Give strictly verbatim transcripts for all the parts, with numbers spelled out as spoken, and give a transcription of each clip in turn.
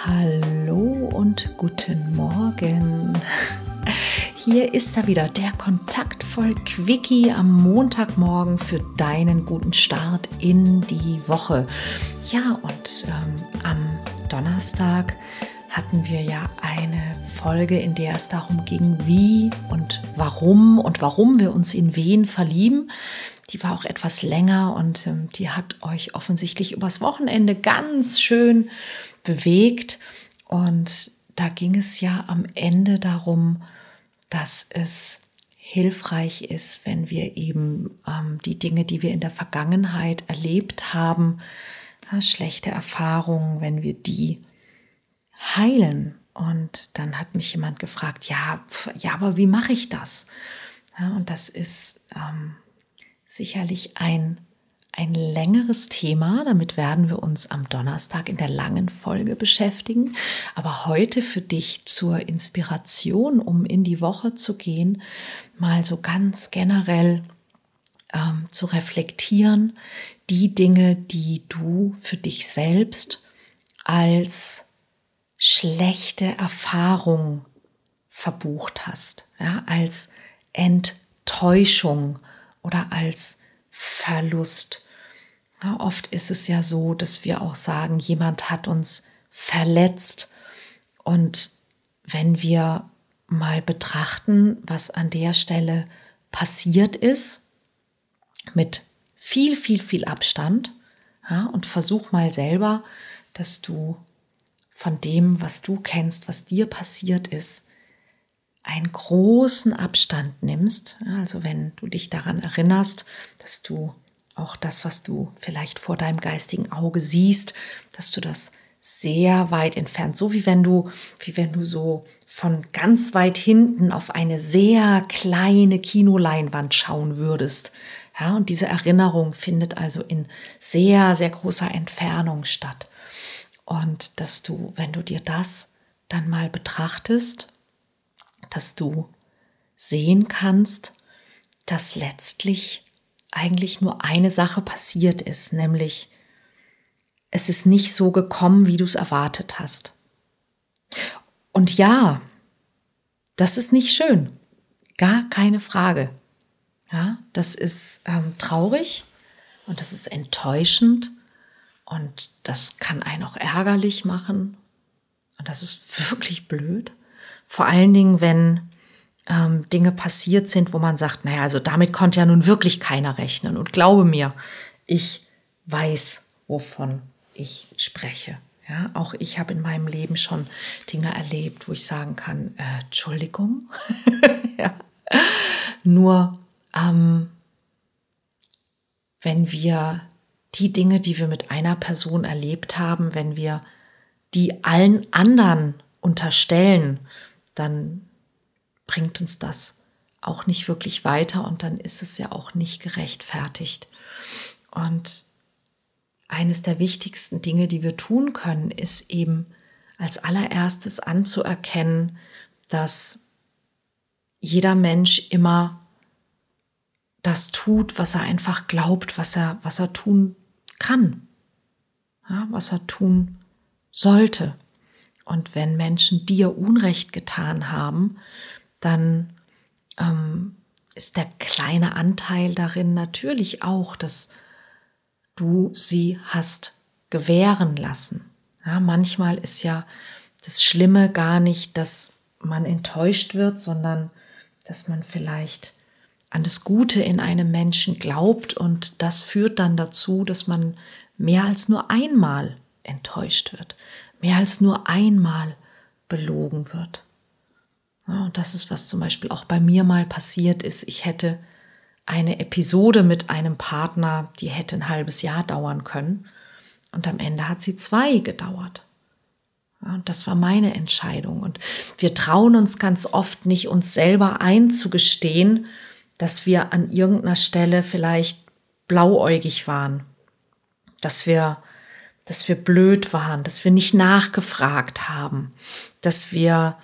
Hallo und guten Morgen. Hier ist er wieder, der kontaktvoll Quickie am Montagmorgen für deinen guten Start in die Woche. Ja, und ähm, am Donnerstag hatten wir ja eine Folge, in der es darum ging, wie und warum und warum wir uns in wen verlieben. Die war auch etwas länger und ähm, die hat euch offensichtlich übers Wochenende ganz schön bewegt. Und da ging es ja am Ende darum, dass es hilfreich ist, wenn wir eben ähm, die Dinge, die wir in der Vergangenheit erlebt haben, ja, schlechte Erfahrungen, wenn wir die heilen. Und dann hat mich jemand gefragt, ja, pf, ja, aber wie mache ich das? Ja, und das ist ähm, sicherlich ein, ein längeres Thema. Damit werden wir uns am Donnerstag in der langen Folge beschäftigen. Aber heute für dich zur Inspiration, um in die Woche zu gehen, mal so ganz generell ähm, zu reflektieren, die Dinge, die du für dich selbst als schlechte Erfahrung verbucht hast, ja, als Enttäuschung oder als Verlust. Ja, oft ist es ja so, dass wir auch sagen, jemand hat uns verletzt. Und wenn wir mal betrachten, was an der Stelle passiert ist, mit viel, viel, viel Abstand, ja, und versuch mal selber, dass du von dem, was du kennst, was dir passiert ist, einen großen Abstand nimmst. Also wenn du dich daran erinnerst, dass du auch das, was du vielleicht vor deinem geistigen Auge siehst, dass du das sehr weit entfernt, so wie wenn du, wie wenn du so von ganz weit hinten auf eine sehr kleine Kinoleinwand schauen würdest. Ja, und diese Erinnerung findet also in sehr, sehr großer Entfernung statt. Und dass du, wenn du dir das dann mal betrachtest, dass du sehen kannst, dass letztlich eigentlich nur eine Sache passiert ist, nämlich es ist nicht so gekommen, wie du es erwartet hast. Und ja, das ist nicht schön, gar keine Frage. Ja, das ist ähm, traurig und das ist enttäuschend und das kann einen auch ärgerlich machen und das ist wirklich blöd. Vor allen Dingen, wenn ähm, Dinge passiert sind, wo man sagt, naja, also damit konnte ja nun wirklich keiner rechnen. Und glaube mir, ich weiß, wovon ich spreche. Ja, auch ich habe in meinem Leben schon Dinge erlebt, wo ich sagen kann, äh, Entschuldigung. Ja. Nur ähm, wenn wir die Dinge, die wir mit einer Person erlebt haben, wenn wir die allen anderen unterstellen, dann bringt uns das auch nicht wirklich weiter und dann ist es ja auch nicht gerechtfertigt. Und eines der wichtigsten Dinge, die wir tun können, ist eben als allererstes anzuerkennen, dass jeder Mensch immer das tut, was er einfach glaubt, was er, was er tun kann, ja, was er tun sollte. Und wenn Menschen dir Unrecht getan haben, dann ähm, ist der kleine Anteil darin natürlich auch, dass du sie hast gewähren lassen. Ja, manchmal ist ja das Schlimme gar nicht, dass man enttäuscht wird, sondern dass man vielleicht an das Gute in einem Menschen glaubt und das führt dann dazu, dass man mehr als nur einmal enttäuscht wird, mehr als nur einmal belogen wird. Ja, und das ist, was zum Beispiel auch bei mir mal passiert ist. Ich hätte eine Episode mit einem Partner, die hätte ein halbes Jahr dauern können. Und am Ende hat sie zwei gedauert. Ja, und das war meine Entscheidung. Und wir trauen uns ganz oft nicht, uns selber einzugestehen, dass wir an irgendeiner Stelle vielleicht blauäugig waren, dass wir, dass wir blöd waren, dass wir nicht nachgefragt haben, dass wir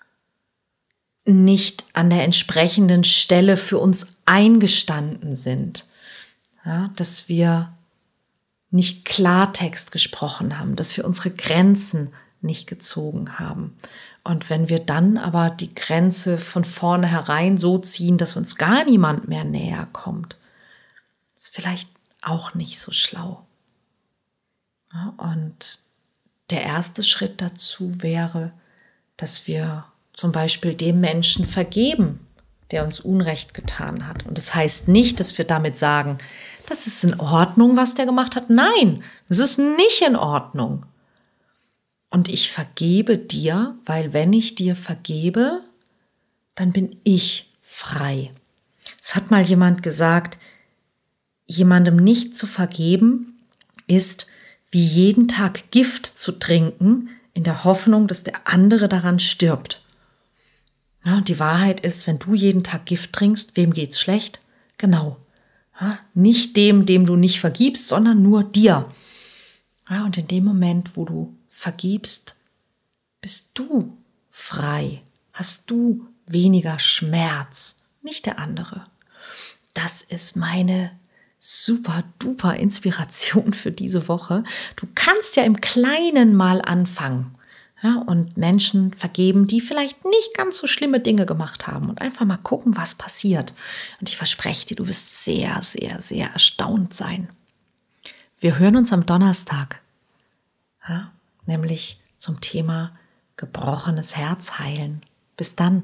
nicht an der entsprechenden Stelle für uns eingestanden sind, ja, dass wir nicht Klartext gesprochen haben, dass wir unsere Grenzen nicht gezogen haben. Und wenn wir dann aber die Grenze von vornherein so ziehen, dass uns gar niemand mehr näher kommt, ist vielleicht auch nicht so schlau. Ja, und der erste Schritt dazu wäre, dass wir zum Beispiel dem Menschen vergeben, der uns Unrecht getan hat. Und das heißt nicht, dass wir damit sagen, das ist in Ordnung, was der gemacht hat. Nein, das ist nicht in Ordnung. Und ich vergebe dir, weil wenn ich dir vergebe, dann bin ich frei. Es hat mal jemand gesagt, jemandem nicht zu vergeben ist wie jeden Tag Gift zu trinken, in der Hoffnung, dass der andere daran stirbt. Ja, und die Wahrheit ist, wenn du jeden Tag Gift trinkst, wem geht's schlecht? Genau. Ja, nicht dem, dem du nicht vergibst, sondern nur dir. Ja, und in dem Moment, wo du vergibst, bist du frei. Hast du weniger Schmerz, nicht der andere. Das ist meine super duper Inspiration für diese Woche. Du kannst ja im Kleinen mal anfangen. Ja, und Menschen vergeben, die vielleicht nicht ganz so schlimme Dinge gemacht haben und einfach mal gucken, was passiert. Und ich verspreche dir, du wirst sehr, sehr, sehr erstaunt sein. Wir hören uns am Donnerstag, ja, nämlich zum Thema gebrochenes Herz heilen. Bis dann.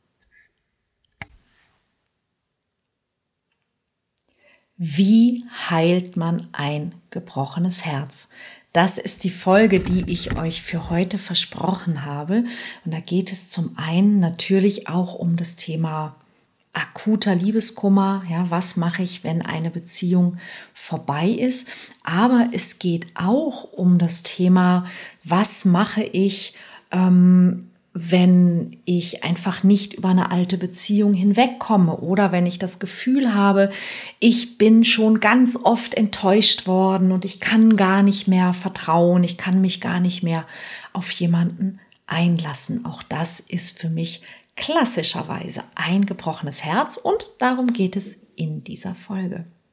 Wie heilt man ein gebrochenes Herz? Das ist die Folge, die ich euch für heute versprochen habe. Und da geht es zum einen natürlich auch um das Thema akuter Liebeskummer. Ja, was mache ich, wenn eine Beziehung vorbei ist? Aber es geht auch um das Thema, was mache ich, ähm, wenn ich einfach nicht über eine alte Beziehung hinwegkomme oder wenn ich das Gefühl habe, ich bin schon ganz oft enttäuscht worden und ich kann gar nicht mehr vertrauen, ich kann mich gar nicht mehr auf jemanden einlassen. Auch das ist für mich klassischerweise ein gebrochenes Herz und darum geht es in dieser Folge.